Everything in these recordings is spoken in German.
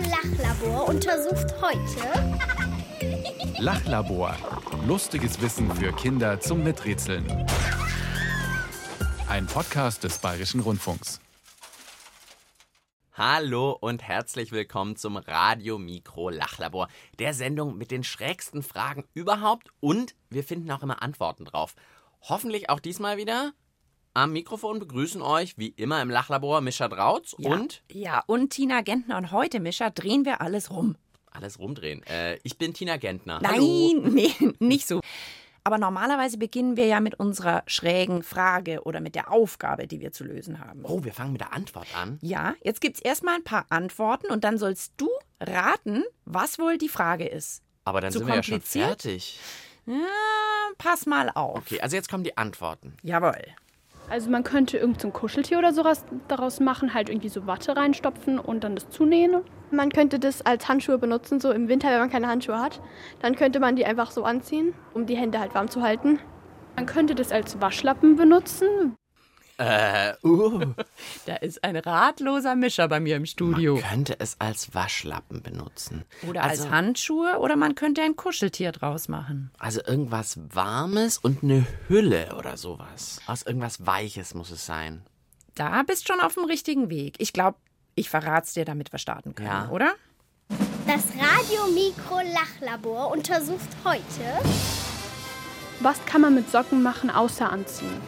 Lachlabor untersucht heute Lachlabor. Lustiges Wissen für Kinder zum Miträtseln. Ein Podcast des Bayerischen Rundfunks. Hallo und herzlich willkommen zum Radio Mikro Lachlabor, der Sendung mit den schrägsten Fragen überhaupt, und wir finden auch immer Antworten drauf. Hoffentlich auch diesmal wieder. Am Mikrofon begrüßen euch wie immer im Lachlabor Mischa Drautz und Tina Gentner. Und heute, Mischa, drehen wir alles rum. Alles rumdrehen. Ich bin Tina Gentner. Nein, Hallo. nee, nicht so. Aber normalerweise beginnen wir ja mit unserer schrägen Frage oder mit der Aufgabe, die wir zu lösen haben. Oh, wir fangen mit der Antwort an. Ja, jetzt gibt es erstmal ein paar Antworten und dann sollst du raten, was wohl die Frage ist. Aber dann Zu sind wir ja schon kompliziert? fertig. Ja, pass mal auf. Okay, also jetzt kommen die Antworten. Jawohl. Also man könnte irgend so ein Kuscheltier oder sowas daraus machen, halt irgendwie so Watte reinstopfen und dann das zunähen. Man könnte das als Handschuhe benutzen, so im Winter, wenn man keine Handschuhe hat. Dann könnte man die einfach so anziehen, um die Hände halt warm zu halten. Man könnte das als Waschlappen benutzen. Da ist ein ratloser Mischer bei mir im Studio. Man könnte es als Waschlappen benutzen. Oder als Handschuhe oder man könnte ein Kuscheltier draus machen. Also irgendwas Warmes und eine Hülle oder sowas. Aus irgendwas Weiches muss es sein. Da bist schon auf dem richtigen Weg. Ich glaube, ich verrat's dir, damit wir starten können, Ja. oder? das Radio Mikro Lachlabor untersucht heute Was kann man mit Socken machen, außer anziehen?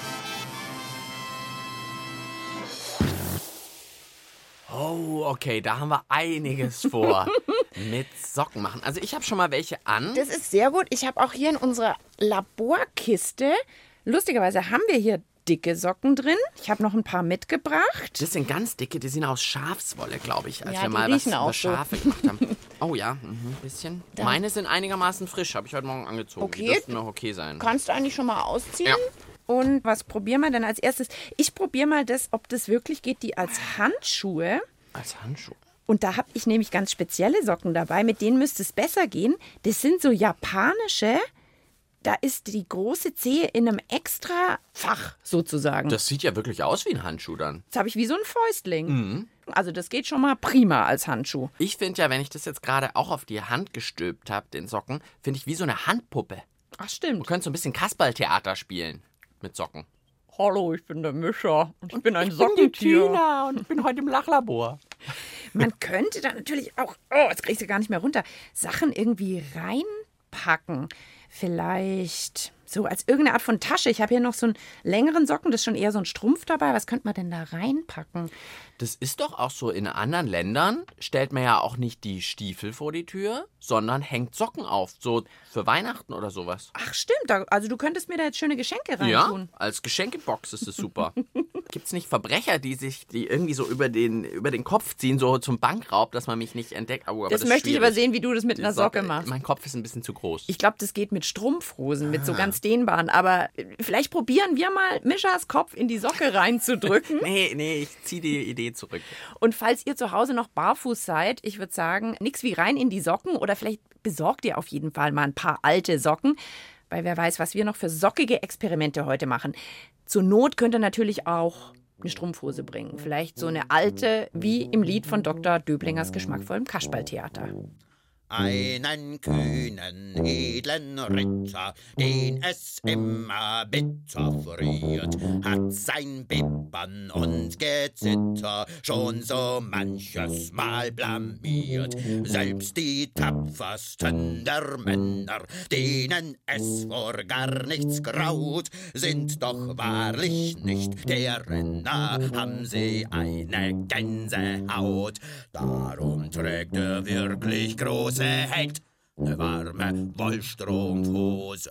Oh, okay, da haben wir einiges vor. Mit Socken machen. Also ich habe schon mal welche an. Das ist sehr gut. Ich habe auch hier in unserer Laborkiste, lustigerweise haben wir hier dicke Socken drin. Ich habe noch ein paar mitgebracht. Das sind ganz dicke, die sind aus Schafswolle, glaube ich, als Ja, wir die mal was riechen auch über so. Schafe gemacht haben. Oh ja, ein bisschen. Meine sind einigermaßen frisch, habe ich heute Morgen angezogen. Die Okay. dürften noch okay sein. Kannst du eigentlich schon mal ausziehen? Ja. Und was probieren wir denn als erstes? Ich probiere mal das, ob das wirklich geht, die als Handschuhe. Als Handschuh. Und da habe ich nämlich ganz spezielle Socken dabei, mit denen müsste es besser gehen. Das sind so japanische, da ist die große Zehe in einem extra Fach sozusagen. Das sieht ja wirklich aus wie ein Handschuh dann. Jetzt habe ich wie so ein Fäustling. Also das geht schon mal prima als Handschuh. Ich finde ja, wenn ich das jetzt gerade auch auf die Hand gestülpt habe, den Socken, finde ich wie so eine Handpuppe. Ach Du stimmt. könntest so ein bisschen Kasperltheater spielen mit Socken. Hallo, ich bin der Mischer und ich bin ein Tina und bin heute im Lachlabor. Man könnte da natürlich auch, oh, jetzt kriegst du gar nicht mehr runter, Sachen irgendwie reinpacken. Vielleicht so als irgendeine Art von Tasche. Ich habe hier noch so einen längeren Socken, das ist schon eher so ein Strumpf dabei. Was könnte man denn da reinpacken? Das ist doch auch so, in anderen Ländern stellt man ja auch nicht die Stiefel vor die Tür, sondern hängt Socken auf, so für Weihnachten oder sowas. Ach stimmt, also du könntest mir da jetzt schöne Geschenke Ja, reintun. als Geschenkebox ist es super. Gibt's nicht Verbrecher, die irgendwie so über den Kopf ziehen, so zum Bankraub, dass man mich nicht entdeckt? Oh, aber Das ist möchte ich schwierig. aber sehen, wie du das mit Die einer Socke machst. Mein Kopf ist ein bisschen zu groß. Ich glaube, das geht mit Strumpfhosen, mit so ganz dehnbaren. Aber vielleicht probieren wir mal, Mischas Kopf in die Socke reinzudrücken. Nee, ich ziehe die Idee zurück. Und falls ihr zu Hause noch barfuß seid, ich würde sagen, nix wie rein in die Socken oder vielleicht besorgt ihr auf jeden Fall mal ein paar alte Socken, weil wer weiß, was wir noch für sockige Experimente heute machen. Zur Not könnt ihr natürlich auch eine Strumpfhose bringen. Vielleicht so eine alte, wie im Lied von Dr. Döblingers geschmackvollem Kasperltheater. Einen kühnen, edlen Ritter, den es immer bitter friert, hat sein Bibbern und Gezitter schon so manches Mal blamiert. Selbst die tapfersten der Männer, denen es vor gar nichts graut, sind doch wahrlich nicht der Renner, haben sie eine Gänsehaut. Darum trägt er wirklich große Hängt, ne warme Wollstrumpfhose.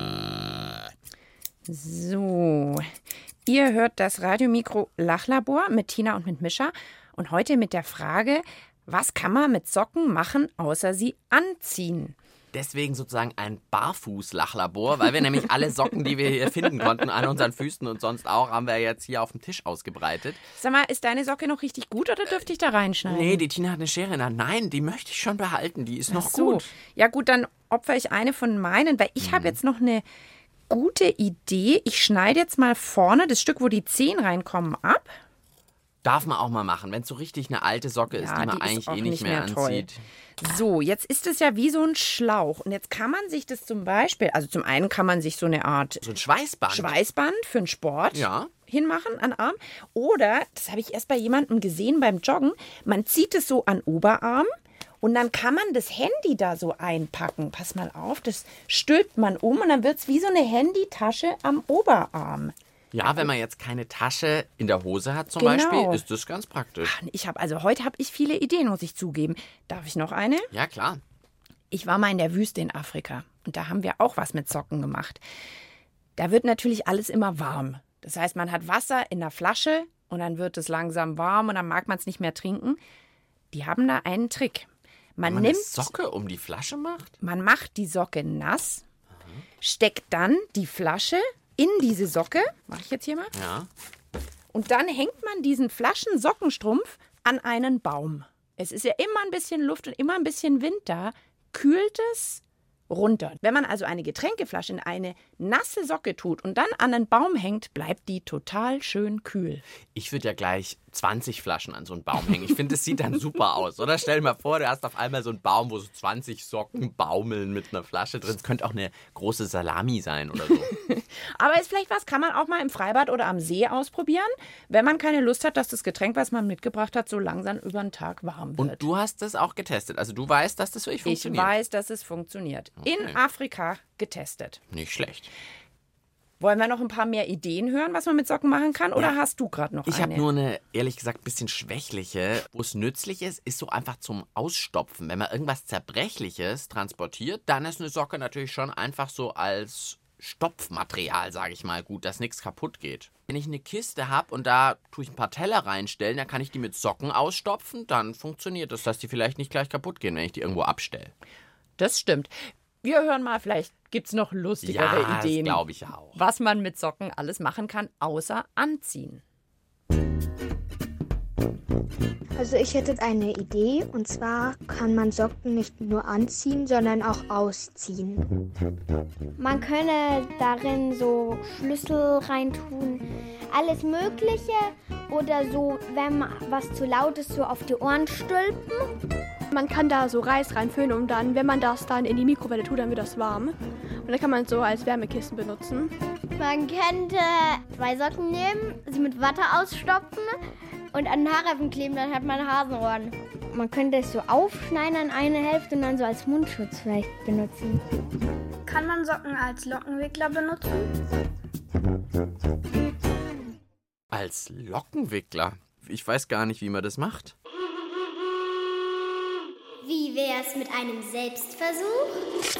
So, ihr hört das Radiomikro Lachlabor mit Tina und mit Mischa. Und heute mit der Frage, was kann man mit Socken machen, außer sie anziehen? Deswegen sozusagen ein Barfuß-Lachlabor, weil wir nämlich alle Socken, die wir hier finden konnten, an unseren Füßen und sonst auch, haben wir jetzt hier auf dem Tisch ausgebreitet. Sag mal, ist deine Socke noch richtig gut oder dürfte ich da reinschneiden? Nee, die Tina hat eine Schere in der Hand. Nein, die möchte ich schon behalten, die ist noch Ach so. gut. Ja gut, dann opfere ich eine von meinen, weil ich habe jetzt noch eine gute Idee. Ich schneide jetzt mal vorne das Stück, wo die Zehen reinkommen, ab. Darf man auch mal machen, wenn es so richtig eine alte Socke ist, die man eigentlich nicht mehr anzieht. So, jetzt ist es ja wie so ein Schlauch. Und jetzt kann man sich das zum Beispiel, also zum einen kann man sich so eine Art So ein Schweißband. Für den Sport Ja. hinmachen an Arm. Oder, das habe ich erst bei jemandem gesehen beim Joggen, man zieht es so an Oberarm und dann kann man das Handy da so einpacken. Pass mal auf, das stülpt man um und dann wird es wie so eine Handytasche am Oberarm. Ja, wenn man jetzt keine Tasche in der Hose hat zum Genau. Beispiel, ist das ganz praktisch. Heute habe ich viele Ideen, muss ich zugeben. Darf ich noch eine? Ja, klar. Ich war mal in der Wüste in Afrika und da haben wir auch was mit Socken gemacht. Da wird natürlich alles immer warm. Das heißt, man hat Wasser in der Flasche und dann wird es langsam warm und dann mag man es nicht mehr trinken. Die haben da einen Trick. Wenn man eine Socke um die Flasche macht? Man macht die Socke nass, steckt dann die Flasche in diese Socke, mache ich jetzt hier mal, Ja. und dann hängt man diesen Flaschensockenstrumpf an einen Baum. Es ist ja immer ein bisschen Luft und immer ein bisschen Wind da, kühlt es runter. Wenn man also eine Getränkeflasche in eine nasse Socke tut und dann an einen Baum hängt, bleibt die total schön kühl. Ich würde ja gleich 20 Flaschen an so einen Baum hängen. Ich finde, das sieht dann super aus, oder? Stell dir mal vor, du hast auf einmal so einen Baum, wo so 20 Socken baumeln mit einer Flasche drin. Es könnte auch eine große Salami sein oder so. Aber ist vielleicht was, kann man auch mal im Freibad oder am See ausprobieren, wenn man keine Lust hat, dass das Getränk, was man mitgebracht hat, so langsam über den Tag warm wird. Und du hast das auch getestet. Also du weißt, dass das wirklich funktioniert. Ich weiß, dass es funktioniert. In Afrika getestet. Nicht schlecht. Wollen wir noch ein paar mehr Ideen hören, was man mit Socken machen kann? Oder hast du gerade noch Ich habe eine? nur eine, ehrlich gesagt, bisschen schwächliche. Wo es nützlich ist, ist so einfach zum Ausstopfen. Wenn man irgendwas Zerbrechliches transportiert, dann ist eine Socke natürlich schon einfach so als Stopfmaterial, sage ich mal, gut, dass nichts kaputt geht. Wenn ich eine Kiste habe und da tue ich ein paar Teller reinstellen, dann kann ich die mit Socken ausstopfen, dann funktioniert das, dass die vielleicht nicht gleich kaputt gehen, wenn ich die irgendwo abstelle. Das stimmt. Wir hören mal, vielleicht gibt es noch lustigere Ja, Ideen. das glaube ich auch. Was man mit Socken alles machen kann, außer anziehen. Also ich hätte eine Idee, und zwar kann man Socken nicht nur anziehen, sondern auch ausziehen. Man könne darin so Schlüssel reintun, alles Mögliche. Oder so, wenn was zu laut ist, so auf die Ohren stülpen. Man kann da so Reis reinfüllen und dann, wenn man das dann in die Mikrowelle tut, dann wird das warm. Und dann kann man es so als Wärmekissen benutzen. Man könnte 2 Socken nehmen, sie mit Watte ausstopfen und an den Haarreifen kleben, dann hat man Hasenohren. Man könnte es so aufschneiden an eine Hälfte und dann so als Mundschutz vielleicht benutzen. Kann man Socken als Lockenwickler benutzen? Als Lockenwickler? Ich weiß gar nicht, wie man das macht. Wie wär's mit einem Selbstversuch?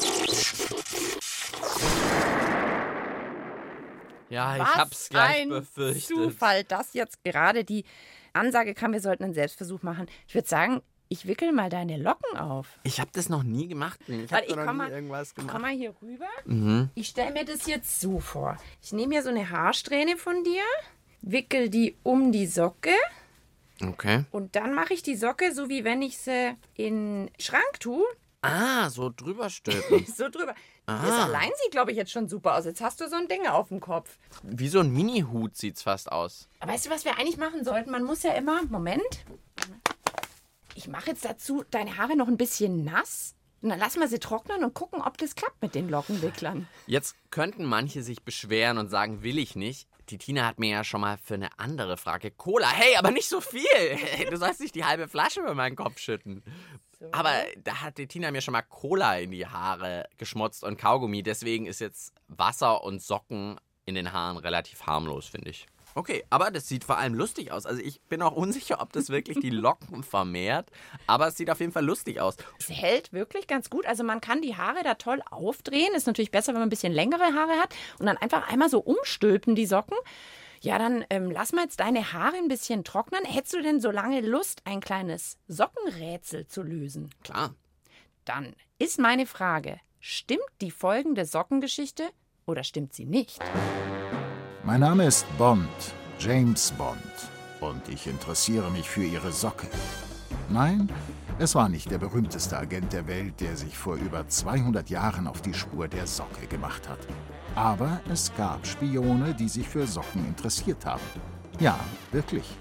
Ja, ich Was hab's gleich ein befürchtet. Zufall, dass jetzt gerade die Ansage kam, wir sollten einen Selbstversuch machen. Ich würde sagen, ich wickel mal deine Locken auf. Ich habe das noch nie gemacht. Ich habe noch nie irgendwas gemacht. Komm mal hier rüber. Mhm. Ich stelle mir das jetzt so vor. Ich nehme hier so eine Haarsträhne von dir, wickel die um die Socke Okay. und dann mache ich die Socke, so wie wenn ich sie in den Schrank tue, Ah, so drüber stülpen. so drüber. Ah. Das allein sieht, glaube ich, jetzt schon super aus. Jetzt hast du so ein Ding auf dem Kopf. Wie so ein Mini-Hut sieht's fast aus. Aber weißt du, was wir eigentlich machen sollten? Man muss ja immer... Moment. Ich mache jetzt dazu deine Haare noch ein bisschen nass. Und dann lassen wir sie trocknen und gucken, ob das klappt mit den Lockenwicklern. Jetzt könnten manche sich beschweren und sagen, will ich nicht. Die Tina hat mir ja schon mal für eine andere Frage Cola. Hey, aber nicht so viel. Du sollst nicht die halbe Flasche über meinen Kopf schütten. So. Aber da hat die Tina mir schon mal Cola in die Haare geschmutzt und Kaugummi. Deswegen ist jetzt Wasser und Socken in den Haaren relativ harmlos, finde ich. Okay, aber das sieht vor allem lustig aus. Also ich bin auch unsicher, ob das wirklich die Locken vermehrt. Aber es sieht auf jeden Fall lustig aus. Es hält wirklich ganz gut. Also man kann die Haare da toll aufdrehen. Ist natürlich besser, wenn man ein bisschen längere Haare hat. Und dann einfach einmal so umstülpen, die Socken. Ja, dann lass mal jetzt deine Haare ein bisschen trocknen. Hättest du denn so lange Lust, ein kleines Sockenrätsel zu lösen? Klar. Dann ist meine Frage, stimmt die folgende Sockengeschichte oder stimmt sie nicht? Mein Name ist Bond, James Bond, und ich interessiere mich für Ihre Socke. Nein, es war nicht der berühmteste Agent der Welt, der sich vor über 200 Jahren auf die Spur der Socke gemacht hat. Aber es gab Spione, die sich für Socken interessiert haben. Ja, wirklich.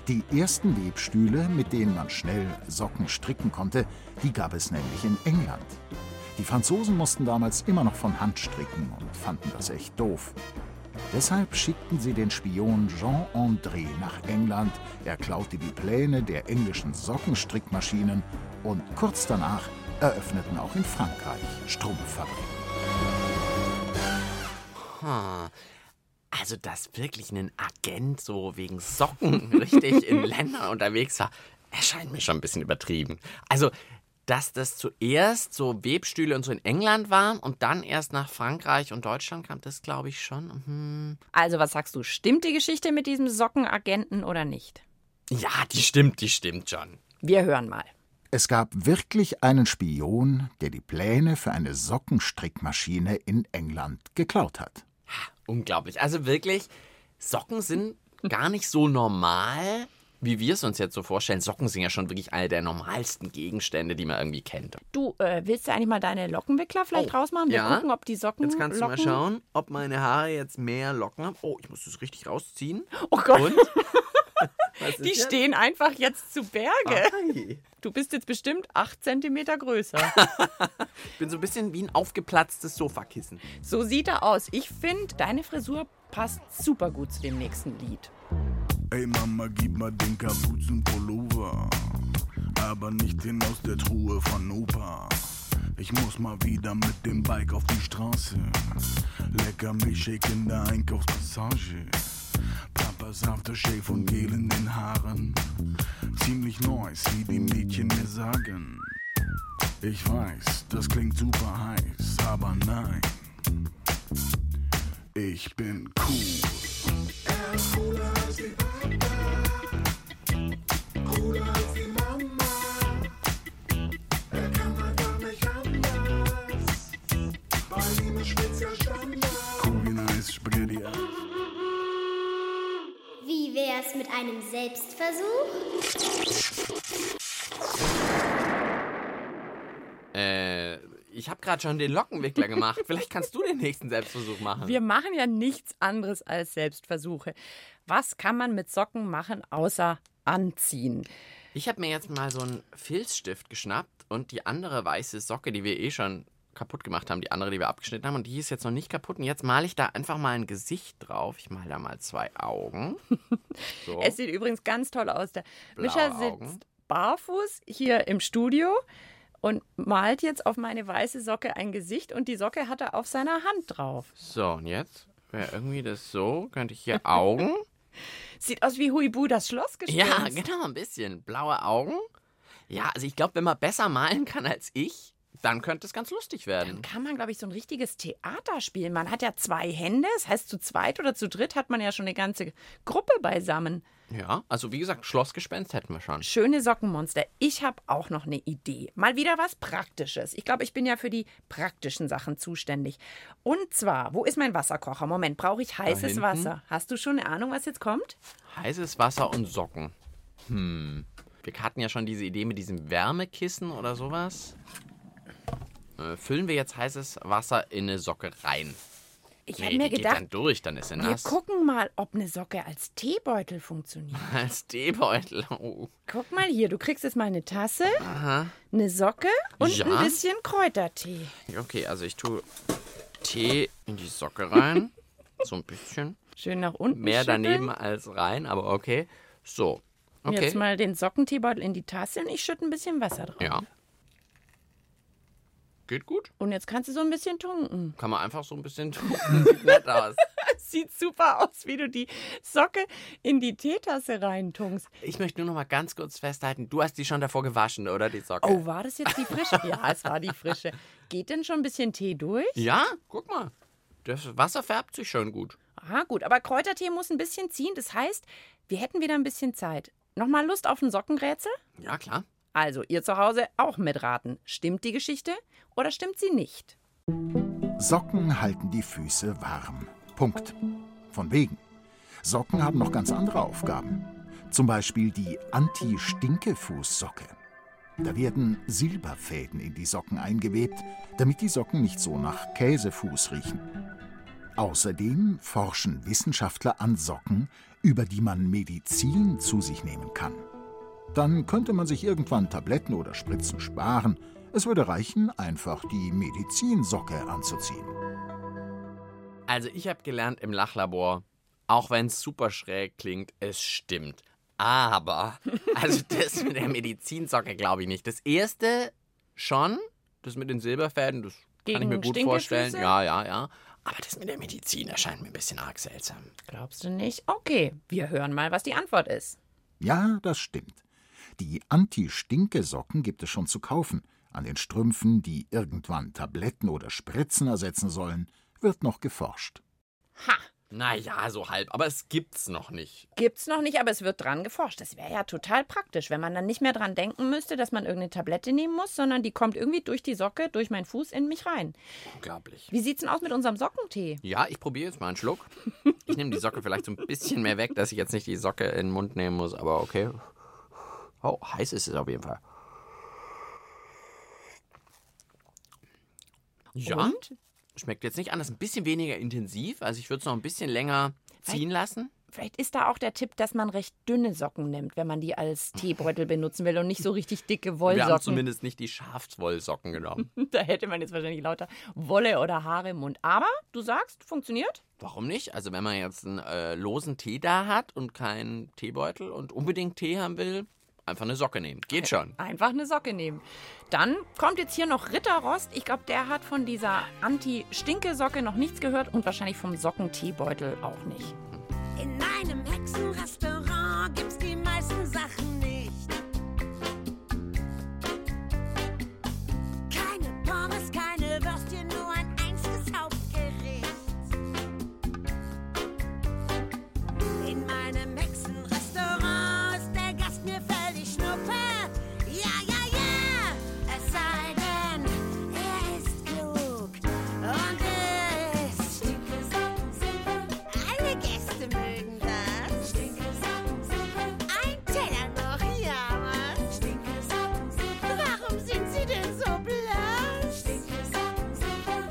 Die ersten Webstühle, mit denen man schnell Socken stricken konnte, die gab es nämlich in England. Die Franzosen mussten damals immer noch von Hand stricken und fanden das echt doof. Deshalb schickten sie den Spion Jean André nach England. Er klaute die Pläne der englischen Sockenstrickmaschinen und kurz danach eröffneten auch in Frankreich Strumpffabriken. Also, dass wirklich ein Agent so wegen Socken richtig in Ländern unterwegs war, erscheint mir schon ein bisschen übertrieben. Also, dass das zuerst so Webstühle und so in England waren und dann erst nach Frankreich und Deutschland kam, das glaube ich schon. Also, was sagst du? Stimmt die Geschichte mit diesem Sockenagenten oder nicht? Ja, die stimmt schon. Wir hören mal. Es gab wirklich einen Spion, der die Pläne für eine Sockenstrickmaschine in England geklaut hat. Unglaublich. Also wirklich, Socken sind gar nicht so normal, wie wir es uns jetzt so vorstellen. Socken sind ja schon wirklich eine der normalsten Gegenstände, die man irgendwie kennt. Du, willst du eigentlich mal deine Lockenwickler vielleicht rausmachen? Wir gucken, ob die Socken Jetzt kannst Locken... du mal schauen, ob meine Haare jetzt mehr Locken haben. Oh, ich muss das richtig rausziehen. Oh Gott. Und? Die stehen einfach jetzt zu Berge. Du bist jetzt bestimmt 8 Zentimeter größer. Ich bin so ein bisschen wie ein aufgeplatztes Sofakissen. So sieht er aus. Ich finde, deine Frisur passt super gut zu dem nächsten Lied. Ey Mama, gib mal den Kapuzenpullover, aber nicht den aus der Truhe von Opa. Ich muss mal wieder mit dem Bike auf die Straße. Lecker Milchshake in der Einkaufspassage. Papas Aftershave und Gel in den Haaren. Ziemlich nice, wie die Mädchen mir sagen. Ich weiß, das klingt super heiß, aber nein. Ich bin cool. Er ist cooler als die Papa. Cooler als die Mama. Er kann einfach nicht anders. Bei ihm ist Spitze Standard. Cool wie nice Spaghetti. Wie wär's mit einem Selbstversuch? Ich habe gerade schon den Lockenwickler gemacht. Vielleicht kannst du den nächsten Selbstversuch machen. Wir machen ja nichts anderes als Selbstversuche. Was kann man mit Socken machen, außer anziehen? Ich habe mir jetzt mal so einen Filzstift geschnappt und die andere weiße Socke, die wir eh schon kaputt gemacht haben, die andere, die wir abgeschnitten haben, und die ist jetzt noch nicht kaputt. Und jetzt male ich da einfach mal ein Gesicht drauf. Ich male da mal 2 Augen. So. Es sieht übrigens ganz toll aus. Der Blaue Mischa Augen. sitzt barfuß hier im Studio und malt jetzt auf meine weiße Socke ein Gesicht und die Socke hat er auf seiner Hand drauf. So, und jetzt wäre irgendwie das so, könnte ich hier Augen. Sieht aus wie Huibu, das Schlossgespenst. Ja, genau, ein bisschen. Blaue Augen. Ja, also ich glaube, wenn man besser malen kann als ich, dann könnte es ganz lustig werden. Dann kann man, glaube ich, so ein richtiges Theater spielen. Man hat ja 2 Hände, das heißt, zu zweit oder zu dritt hat man ja schon eine ganze Gruppe beisammen. Ja, also wie gesagt, Schlossgespenst hätten wir schon. Schöne Sockenmonster. Ich habe auch noch eine Idee. Mal wieder was Praktisches. Ich glaube, ich bin ja für die praktischen Sachen zuständig. Und zwar, wo ist mein Wasserkocher? Moment, brauche ich heißes Wasser? Hast du schon eine Ahnung, was jetzt kommt? Heißes Wasser und Socken. Wir hatten ja schon diese Idee mit diesem Wärmekissen oder sowas. Füllen wir jetzt heißes Wasser in eine Socke rein. Ich habe mir gedacht, geht dann durch, dann ist sie nass. wir gucken mal, ob eine Socke als Teebeutel funktioniert. Als Teebeutel. Oh. Guck mal hier, du kriegst jetzt mal eine Tasse, eine Socke und Ja. ein bisschen Kräutertee. Okay, also ich tue Tee in die Socke rein. So ein bisschen. Schön nach unten Mehr schütteln. daneben als rein, aber okay. So. Okay. Jetzt mal den Sockenteebeutel in die Tasse und ich schütte ein bisschen Wasser drauf. Ja. Geht gut. Und jetzt kannst du so ein bisschen tunken. Kann man einfach so ein bisschen tun. Sieht nett aus. Sieht super aus, wie du die Socke in die Teetasse reintunkst. Ich möchte nur noch mal ganz kurz festhalten, du hast die schon davor gewaschen, oder, die Socke? Oh, war das jetzt die frische? Ja, es war die frische. Geht denn schon ein bisschen Tee durch? Ja, guck mal. Das Wasser färbt sich schon gut. Ah, gut, aber Kräutertee muss ein bisschen ziehen. Das heißt, wir hätten wieder ein bisschen Zeit. Nochmal Lust auf ein Sockenrätsel? Ja, klar. Also, ihr zu Hause auch mitraten. Stimmt die Geschichte oder stimmt sie nicht? Socken halten die Füße warm. Punkt. Von wegen. Socken haben noch ganz andere Aufgaben. Zum Beispiel die Anti-Stinkefuß-Socke. Da werden Silberfäden in die Socken eingewebt, damit die Socken nicht so nach Käsefuß riechen. Außerdem forschen Wissenschaftler an Socken, über die man Medizin zu sich nehmen kann. Dann könnte man sich irgendwann Tabletten oder Spritzen sparen. Es würde reichen, einfach die Medizinsocke anzuziehen. Also ich habe gelernt im Lachlabor, auch wenn es super schräg klingt, es stimmt. Aber, also das mit der Medizinsocke glaube ich nicht. Das erste schon, das mit den Silberfäden, das kann ich mir gut vorstellen. Ja. Aber das mit der Medizin erscheint mir ein bisschen arg seltsam. Glaubst du nicht? Okay, wir hören mal, was die Antwort ist. Ja, das stimmt. Die Anti-Stinke-Socken gibt es schon zu kaufen. An den Strümpfen, die irgendwann Tabletten oder Spritzen ersetzen sollen, wird noch geforscht. Ha! Naja, so halb, aber es gibt's noch nicht. Gibt's noch nicht, aber es wird dran geforscht. Das wäre ja total praktisch, wenn man dann nicht mehr dran denken müsste, dass man irgendeine Tablette nehmen muss, sondern die kommt irgendwie durch die Socke, durch meinen Fuß in mich rein. Unglaublich. Wie sieht's denn aus mit unserem Sockentee? Ja, ich probiere jetzt mal einen Schluck. Ich nehme die Socke vielleicht so ein bisschen mehr weg, dass ich jetzt nicht die Socke in den Mund nehmen muss, aber okay. Oh, heiß ist es auf jeden Fall. Ja, und? Schmeckt jetzt nicht anders, ein bisschen weniger intensiv. Also ich würde es noch ein bisschen länger ziehen lassen. Vielleicht ist da auch der Tipp, dass man recht dünne Socken nimmt, wenn man die als Teebeutel benutzen will und nicht so richtig dicke Wollsocken. Wir haben zumindest nicht die Schafswollsocken genommen. Da hätte man jetzt wahrscheinlich lauter Wolle oder Haare im Mund. Aber du sagst, funktioniert? Warum nicht? Also wenn man jetzt einen losen Tee da hat und keinen Teebeutel und unbedingt Tee haben will, einfach eine Socke nehmen. Geht schon. Einfach eine Socke nehmen. Dann kommt jetzt hier noch Ritterrost. Ich glaube, der hat von dieser Anti-Stinke-Socke noch nichts gehört und wahrscheinlich vom Sockenteebeutel auch nicht. In meinem Hexenrestaurant gibt's die meisten Sachen nicht. Keine Pommes, keine Würstchen, nur ein einziges Hauptgericht. In meinem Hexenrestaurant ist der Gast mir völlig schnuppe. Ja, es sei denn, er ist klug und ist Stinke Socken Silber. Alle Gäste mögen das. Stinke Socken Silber. Ein Teller noch, ja was? Stinke Socken Silber. Warum sind sie denn so blass? Stinke Socken Silber.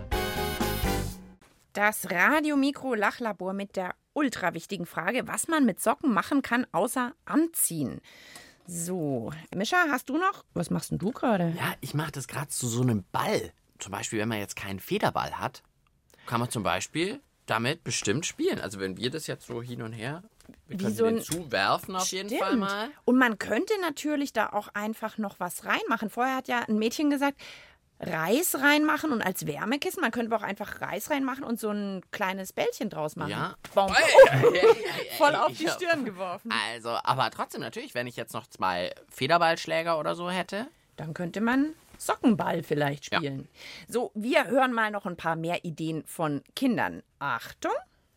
Das Radio-Mikro-Lachlabor mit der ultra wichtigen Frage, was man mit Socken machen kann, außer anziehen. So, Mischa, hast du noch? Was machst denn du gerade? Ja, ich mache das gerade zu so einem Ball. Zum Beispiel, wenn man jetzt keinen Federball hat, kann man zum Beispiel damit bestimmt spielen. Also wenn wir das jetzt so hin und her, wir können den zuwerfen auf jeden Fall mal. Und man könnte natürlich da auch einfach noch was reinmachen. Vorher hat ja ein Mädchen gesagt, Reis reinmachen und als Wärmekissen. Man könnte auch einfach Reis reinmachen und so ein kleines Bällchen draus machen. Ja. Bom. Voll auf die Stirn geworfen. Also, aber trotzdem natürlich, wenn ich jetzt noch 2 Federballschläger oder so hätte. Dann könnte man Sockenball vielleicht spielen. Ja. So, wir hören mal noch ein paar mehr Ideen von Kindern. Achtung.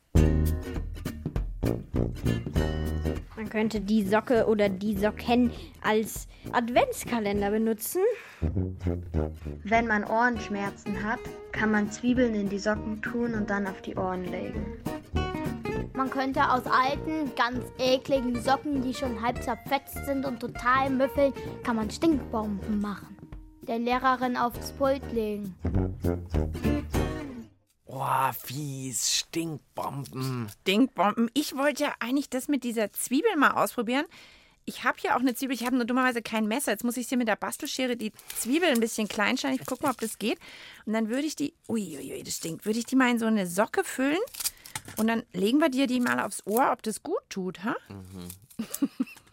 Man könnte die Socke oder die Socken als Adventskalender benutzen. Wenn man Ohrenschmerzen hat, kann man Zwiebeln in die Socken tun und dann auf die Ohren legen. Man könnte aus alten, ganz ekligen Socken, die schon halb zerfetzt sind und total müffeln, kann man Stinkbomben machen. Der Lehrerin aufs Pult legen. Oh, fies, Stinkbomben. Stinkbomben. Ich wollte ja eigentlich das mit dieser Zwiebel mal ausprobieren. Ich habe hier auch eine Zwiebel, ich habe nur dummerweise kein Messer. Jetzt muss ich hier mit der Bastelschere die Zwiebel ein bisschen klein schneiden. Ich gucke mal, ob das geht. Und dann würde ich die, uiuiui, das stinkt, würde ich die mal in so eine Socke füllen. Und dann legen wir dir die mal aufs Ohr, ob das gut tut, ha? Mhm.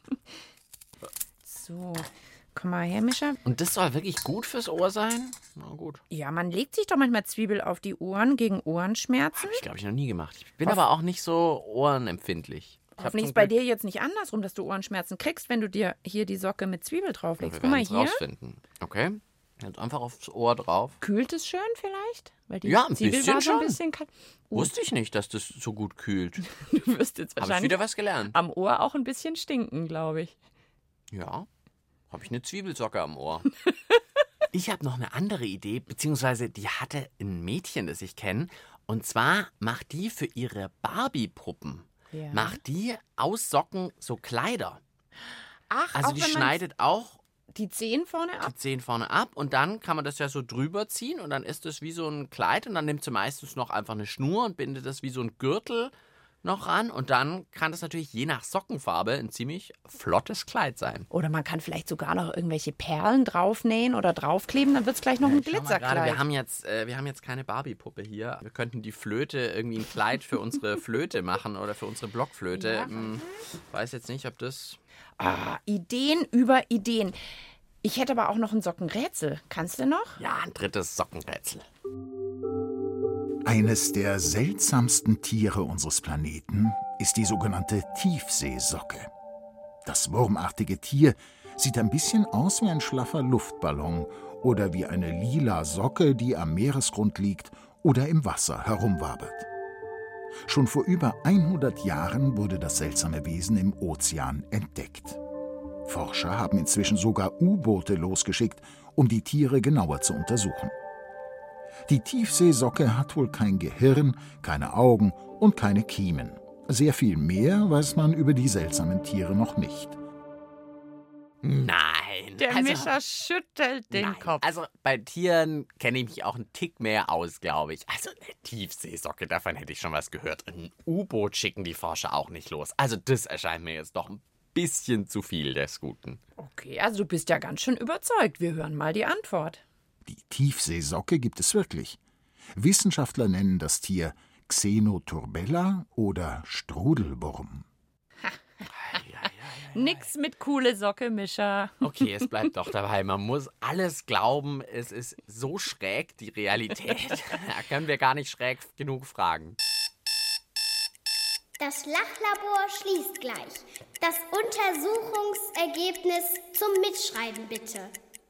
So, komm mal her, Mischa. Und das soll wirklich gut fürs Ohr sein? Na gut. Ja, man legt sich doch manchmal Zwiebel auf die Ohren gegen Ohrenschmerzen. Habe ich, glaube ich, noch nie gemacht. Ich bin aber auch nicht so ohrenempfindlich. Hoffentlich ist bei dir jetzt nicht andersrum, dass du Ohrenschmerzen kriegst, wenn du dir hier die Socke mit Zwiebel drauflegst. Guck mal hier. Rausfinden. Okay. Jetzt einfach aufs Ohr drauf. Kühlt es schön vielleicht? Weil die ja, ein Zwiebel bisschen war so schon. Ein bisschen kalt. Wusste ich nicht, dass das so gut kühlt. Du wirst jetzt wahrscheinlich Habe ich wieder was gelernt. Am Ohr auch ein bisschen stinken, glaube ich. Ja, habe ich eine Zwiebelsocke am Ohr. Ich habe noch eine andere Idee, beziehungsweise die hatte ein Mädchen, das ich kenne. Und zwar macht die für ihre Barbie-Puppen, macht die aus Socken so Kleider. Ach, also die schneidet auch die Zehen vorne ab? Die Zehen vorne ab und dann kann man das ja so drüber ziehen und dann ist das wie so ein Kleid und dann nimmt sie meistens noch einfach eine Schnur und bindet das wie so ein Gürtel noch ran und dann kann das natürlich je nach Sockenfarbe ein ziemlich flottes Kleid sein. Oder man kann vielleicht sogar noch irgendwelche Perlen draufnähen oder draufkleben, dann wird es gleich noch ein Glitzerkleid. Wir haben jetzt keine Barbie-Puppe hier. Wir könnten die Flöte irgendwie ein Kleid für unsere Flöte machen oder für unsere Blockflöte. Ja. Weiß jetzt nicht, ob das... Ideen über Ideen. Ich hätte aber auch noch ein Sockenrätsel. Kannst du noch? Ja, ein drittes Sockenrätsel. Eines der seltsamsten Tiere unseres Planeten ist die sogenannte Tiefseesocke. Das wurmartige Tier sieht ein bisschen aus wie ein schlaffer Luftballon oder wie eine lila Socke, die am Meeresgrund liegt oder im Wasser herumwabert. Schon vor über 100 Jahren wurde das seltsame Wesen im Ozean entdeckt. Forscher haben inzwischen sogar U-Boote losgeschickt, um die Tiere genauer zu untersuchen. Die Tiefseesocke hat wohl kein Gehirn, keine Augen und keine Kiemen. Sehr viel mehr weiß man über die seltsamen Tiere noch nicht. Nein. Der Mischa schüttelt den Kopf. Also bei Tieren kenne ich mich auch einen Tick mehr aus, glaube ich. Also eine Tiefseesocke, davon hätte ich schon was gehört. Ein U-Boot schicken die Forscher auch nicht los. Also das erscheint mir jetzt doch ein bisschen zu viel des Guten. Okay, also du bist ja ganz schön überzeugt. Wir hören mal die Antwort. Die Tiefseesocke gibt es wirklich. Wissenschaftler nennen das Tier Xenoturbella oder Strudelwurm. Nix mit coole Socke, Mischa. Okay, es bleibt doch dabei. Man muss alles glauben. Es ist so schräg, die Realität. Da können wir gar nicht schräg genug fragen. Das Lachlabor schließt gleich. Das Untersuchungsergebnis zum Mitschreiben bitte.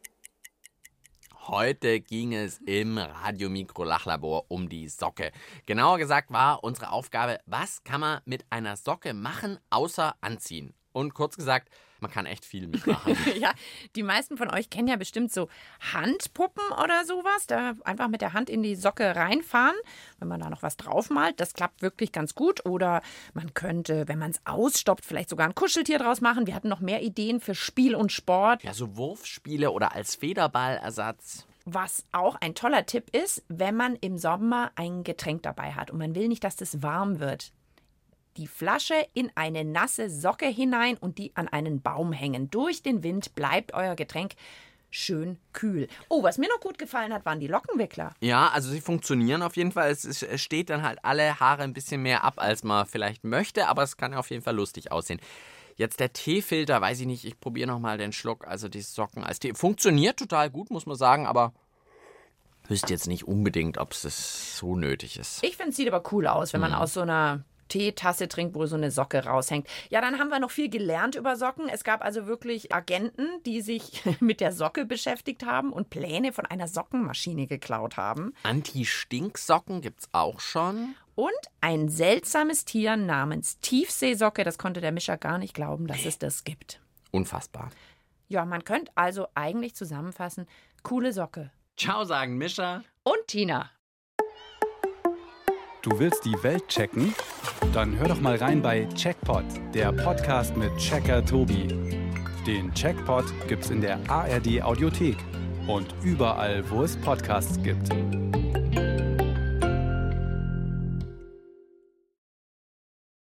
Heute ging es im Radio-Mikro-Lachlabor um die Socke. Genauer gesagt war unsere Aufgabe, was kann man mit einer Socke machen, außer anziehen? Und kurz gesagt, man kann echt viel mitmachen. Ja, die meisten von euch kennen ja bestimmt so Handpuppen oder sowas. Da einfach mit der Hand in die Socke reinfahren, wenn man da noch was draufmalt. Das klappt wirklich ganz gut. Oder man könnte, wenn man es ausstopft, vielleicht sogar ein Kuscheltier draus machen. Wir hatten noch mehr Ideen für Spiel und Sport. Ja, so Wurfspiele oder als Federballersatz. Was auch ein toller Tipp ist, wenn man im Sommer ein Getränk dabei hat und man will nicht, dass das warm wird. Die Flasche in eine nasse Socke hinein und die an einen Baum hängen. Durch den Wind bleibt euer Getränk schön kühl. Oh, was mir noch gut gefallen hat, waren die Lockenwickler. Ja, also sie funktionieren auf jeden Fall. Es steht dann halt alle Haare ein bisschen mehr ab, als man vielleicht möchte, aber es kann ja auf jeden Fall lustig aussehen. Jetzt der Teefilter, weiß ich nicht, ich probiere nochmal den Schluck, also die Socken als Tee. Funktioniert total gut, muss man sagen, aber wüsste jetzt nicht unbedingt, ob es so nötig ist. Ich finde, es sieht aber cool aus, wenn man aus so einer Teetasse trinkt, wo so eine Socke raushängt. Ja, dann haben wir noch viel gelernt über Socken. Es gab also wirklich Agenten, die sich mit der Socke beschäftigt haben und Pläne von einer Sockenmaschine geklaut haben. Anti-Stinksocken gibt's auch schon. Und ein seltsames Tier namens Tiefseesocke. Das konnte der Mischa gar nicht glauben, dass es das gibt. Unfassbar. Ja, man könnte also eigentlich zusammenfassen, coole Socke. Ciao sagen Mischa und Tina. Du willst die Welt checken? Dann hör doch mal rein bei Checkpot, der Podcast mit Checker Tobi. Den Checkpot gibt's in der ARD Audiothek und überall, wo es Podcasts gibt.